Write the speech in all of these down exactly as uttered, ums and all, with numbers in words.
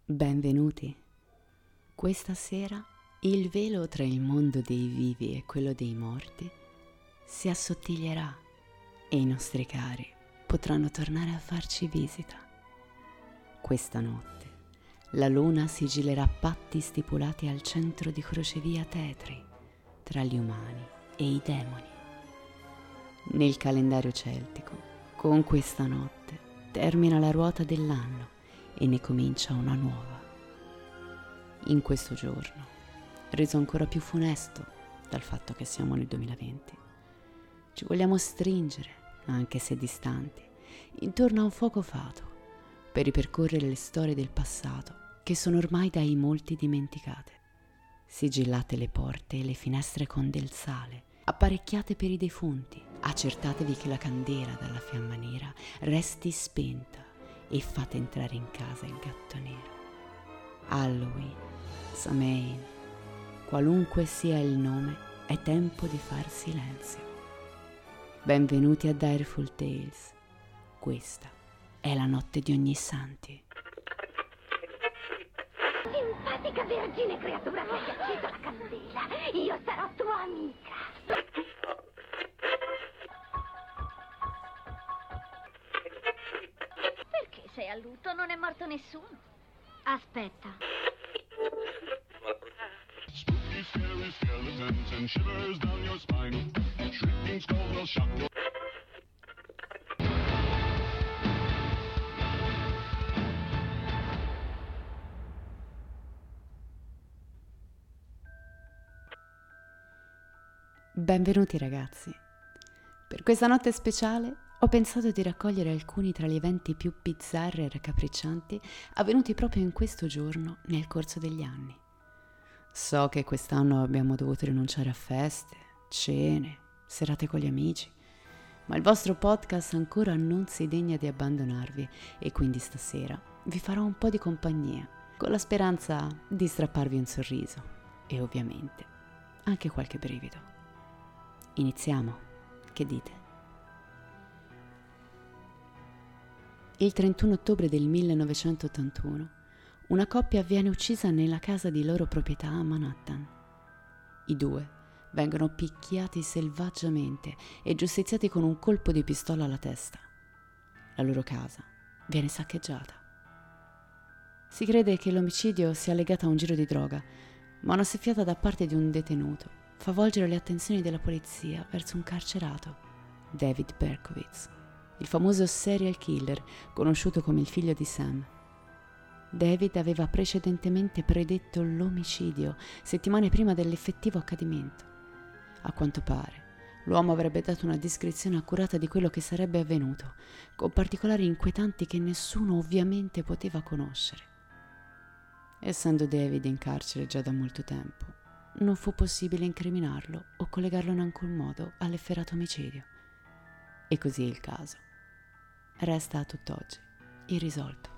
Benvenuti. Questa sera il velo tra il mondo dei vivi e quello dei morti si assottiglierà e i nostri cari potranno tornare a farci visita. Questa notte la luna sigillerà patti stipulati al centro di crocevia tetri tra gli umani e i demoni. Nel calendario celtico, con questa notte termina la ruota dell'anno e ne comincia una nuova. In questo giorno, reso ancora più funesto dal fatto che siamo nel duemilaventi, ci vogliamo stringere, anche se distanti, intorno a un fuoco fato per ripercorrere le storie del passato che sono ormai dai molti dimenticate. Sigillate le porte e le finestre con del sale, apparecchiate per i defunti, accertatevi che la candela dalla fiamma nera resti spenta e fate entrare in casa il gatto nero. Halloween, Samhain, qualunque sia il nome, è tempo di far silenzio. Benvenuti a Direful Tales. Questa è la notte di Ognissanti. Simpatica vergine creatura che hai acceso la candela, io sarò tua amica. Perché sei a lutto? Non è morto nessuno. Aspetta. Spooky, scary skeletons and shivers down your spine. Shrieking skulls will shock your... Benvenuti ragazzi. Per questa notte speciale ho pensato di raccogliere alcuni tra gli eventi più bizzarri e raccapriccianti avvenuti proprio in questo giorno nel corso degli anni. So che quest'anno abbiamo dovuto rinunciare a feste, cene, serate con gli amici, ma il vostro podcast ancora non si degna di abbandonarvi e quindi stasera vi farò un po' di compagnia, con la speranza di strapparvi un sorriso e ovviamente anche qualche brivido. Iniziamo, che dite? Il trentuno ottobre del millenovecentottantuno una coppia viene uccisa nella casa di loro proprietà a Manhattan. I due vengono picchiati selvaggiamente e giustiziati con un colpo di pistola alla testa. La loro casa viene saccheggiata. Si crede che l'omicidio sia legato a un giro di droga, ma una seffiata da parte di un detenuto fa volgere le attenzioni della polizia verso un carcerato, David Berkowitz, il famoso serial killer conosciuto come il figlio di Sam. David aveva precedentemente predetto l'omicidio settimane prima dell'effettivo accadimento. A quanto pare, l'uomo avrebbe dato una descrizione accurata di quello che sarebbe avvenuto, con particolari inquietanti che nessuno ovviamente poteva conoscere. Essendo David in carcere già da molto tempo, non fu possibile incriminarlo o collegarlo in alcun modo all'efferato omicidio. E così il caso resta a tutt'oggi irrisolto.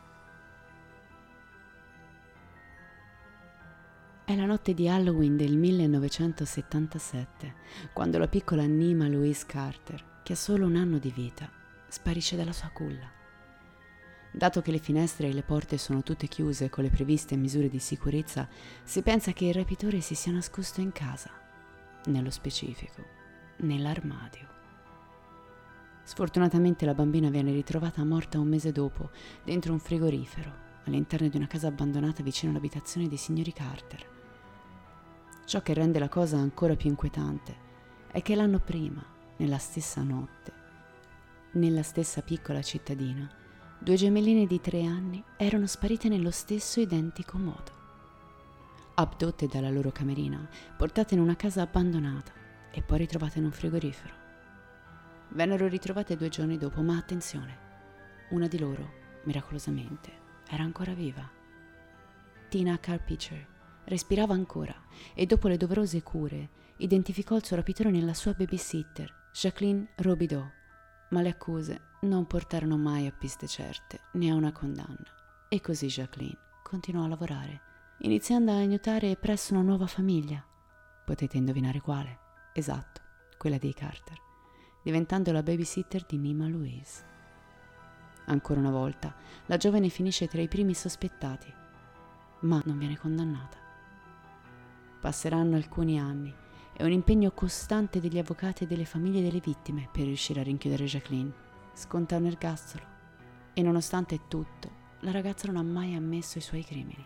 È la notte di Halloween del millenovecentosettantasette, quando la piccola Nima Louise Carter, che ha solo un anno di vita, sparisce dalla sua culla. Dato che le finestre e le porte sono tutte chiuse con le previste misure di sicurezza, si pensa che il rapitore si sia nascosto in casa, nello specifico, nell'armadio. Sfortunatamente la bambina viene ritrovata morta un mese dopo, dentro un frigorifero, all'interno di una casa abbandonata vicino all'abitazione dei signori Carter. Ciò che rende la cosa ancora più inquietante è che l'anno prima, nella stessa notte, nella stessa piccola cittadina, due gemelline di tre anni erano sparite nello stesso identico modo. Abdotte dalla loro camerina, portate in una casa abbandonata e poi ritrovate in un frigorifero. Vennero ritrovate due giorni dopo, ma attenzione, una di loro, miracolosamente, era ancora viva. Tina Carpenter respirava ancora e dopo le doverose cure identificò il suo rapitore nella sua babysitter, Jacqueline Robideau, ma le accuse non portarono mai a piste certe né a una condanna. E così Jacqueline continuò a lavorare, iniziando a aiutare presso una nuova famiglia. Potete indovinare quale? Esatto, quella dei Carter, diventando la babysitter di Nima Louise. Ancora una volta, la giovane finisce tra i primi sospettati, ma non viene condannata. Passeranno alcuni anni e un impegno costante degli avvocati e delle famiglie delle vittime per riuscire a rinchiudere Jacqueline. Sconta un ergastolo e nonostante tutto, la ragazza non ha mai ammesso i suoi crimini.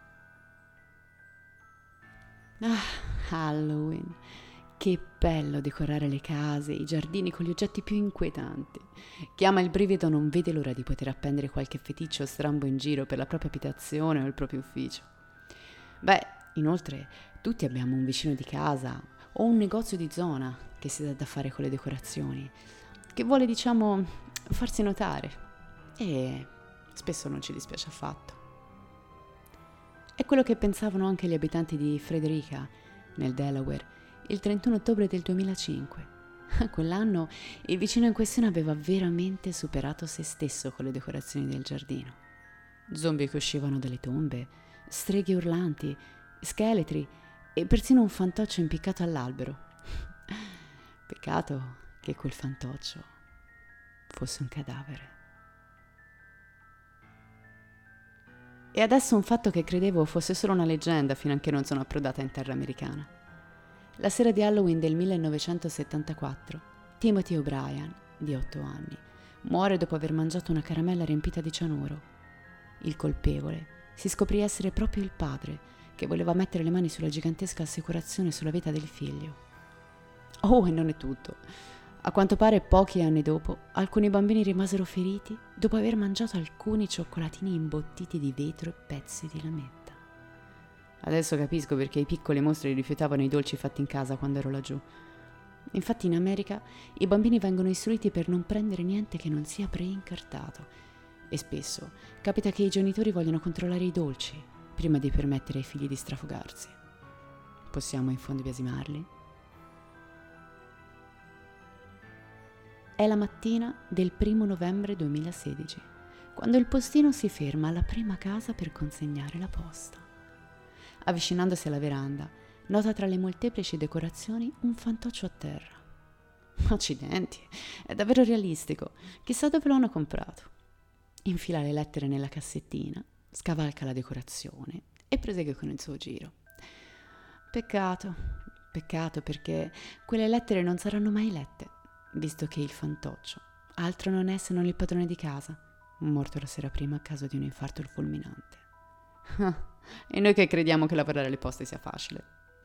Ah, Halloween! Che bello decorare le case, i giardini con gli oggetti più inquietanti. Chi ama il brivido non vede l'ora di poter appendere qualche feticcio strambo in giro per la propria abitazione o il proprio ufficio. Beh, inoltre, tutti abbiamo un vicino di casa o un negozio di zona che si dà da fare con le decorazioni, che vuole, diciamo, farsi notare e spesso non ci dispiace affatto. È quello che pensavano anche gli abitanti di Frederica, nel Delaware, il trentuno ottobre del duemilacinque. Quell'anno il vicino in questione aveva veramente superato se stesso con le decorazioni del giardino. Zombie che uscivano dalle tombe, streghe urlanti, scheletri e persino un fantoccio impiccato all'albero. Peccato che quel fantoccio fosse un cadavere. E adesso un fatto che credevo fosse solo una leggenda fino a che non sono approdata in terra americana. La sera di Halloween del millenovecentosettantaquattro, Timothy O'Brien, di otto anni, muore dopo aver mangiato una caramella riempita di cianuro. Il colpevole si scoprì essere proprio il padre, che voleva mettere le mani sulla gigantesca assicurazione sulla vita del figlio. Oh, e non è tutto. A quanto pare, pochi anni dopo, alcuni bambini rimasero feriti dopo aver mangiato alcuni cioccolatini imbottiti di vetro e pezzi di lametta. Adesso capisco perché i piccoli mostri rifiutavano i dolci fatti in casa quando ero laggiù. Infatti in America i bambini vengono istruiti per non prendere niente che non sia preincartato e spesso capita che i genitori vogliono controllare i dolci prima di permettere ai figli di strafogarsi. Possiamo in fondo biasimarli? È la mattina del primo novembre duemilasedici, quando il postino si ferma alla prima casa per consegnare la posta. Avvicinandosi alla veranda, nota tra le molteplici decorazioni un fantoccio a terra. Accidenti, è davvero realistico. Chissà dove lo hanno comprato. Infila le lettere nella cassettina, scavalca la decorazione e prosegue con il suo giro. Peccato, peccato perché quelle lettere non saranno mai lette, visto che il fantoccio altro non è se non il padrone di casa, morto la sera prima a causa di un infarto fulminante. E noi che crediamo che lavorare alle poste sia facile.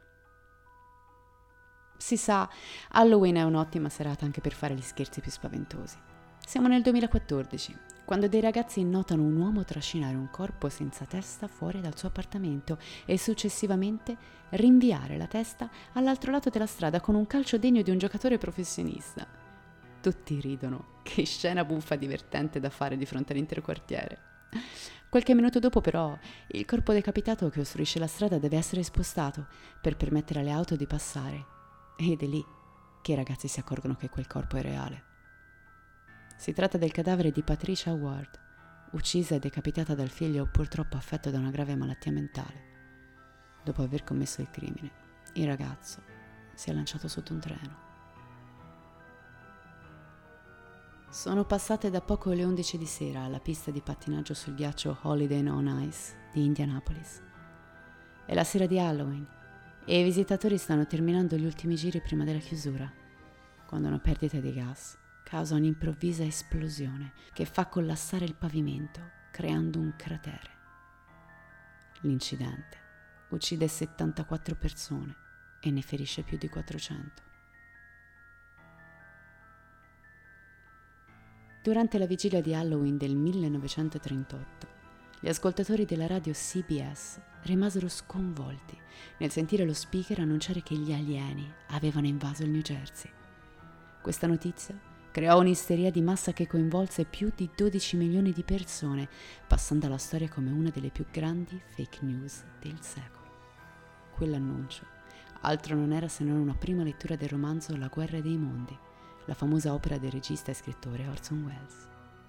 Si sa, Halloween è un'ottima serata anche per fare gli scherzi più spaventosi. Siamo nel duemilaquattordici, quando dei ragazzi notano un uomo trascinare un corpo senza testa fuori dal suo appartamento e successivamente rinviare la testa all'altro lato della strada con un calcio degno di un giocatore professionista. Tutti ridono, che scena buffa divertente da fare di fronte all'intero quartiere. Qualche minuto dopo, però, il corpo decapitato che ostruisce la strada deve essere spostato per permettere alle auto di passare. Ed è lì che i ragazzi si accorgono che quel corpo è reale. Si tratta del cadavere di Patricia Ward, uccisa e decapitata dal figlio purtroppo affetto da una grave malattia mentale. Dopo aver commesso il crimine, il ragazzo si è lanciato sotto un treno. Sono passate da poco le undici di sera alla pista di pattinaggio sul ghiaccio Holiday on Ice di Indianapolis. È la sera di Halloween e i visitatori stanno terminando gli ultimi giri prima della chiusura, quando una perdita di gas causa un'improvvisa esplosione che fa collassare il pavimento, creando un cratere. L'incidente uccide settantaquattro persone e ne ferisce più di quattrocento. Durante la vigilia di Halloween del millenovecentotrentotto, gli ascoltatori della radio C B S rimasero sconvolti nel sentire lo speaker annunciare che gli alieni avevano invaso il New Jersey. Questa notizia creò un'isteria di massa che coinvolse più di dodici milioni di persone, passando alla storia come una delle più grandi fake news del secolo. Quell'annuncio altro non era se non una prima lettura del romanzo La guerra dei mondi, la famosa opera del regista e scrittore Orson Welles.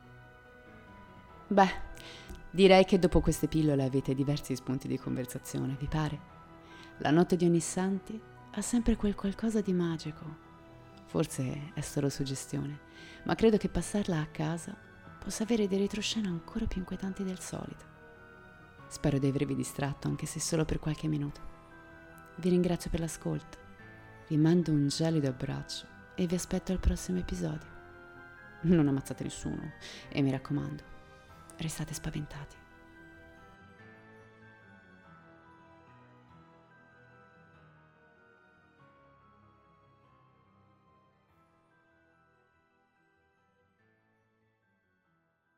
Beh, direi che dopo queste pillole avete diversi spunti di conversazione, vi pare? La notte di Ognissanti ha sempre quel qualcosa di magico. Forse è solo suggestione, ma credo che passarla a casa possa avere dei retroscena ancora più inquietanti del solito. Spero di avervi distratto, anche se solo per qualche minuto. Vi ringrazio per l'ascolto, vi mando un gelido abbraccio e vi aspetto al prossimo episodio. Non ammazzate nessuno e mi raccomando, restate spaventati.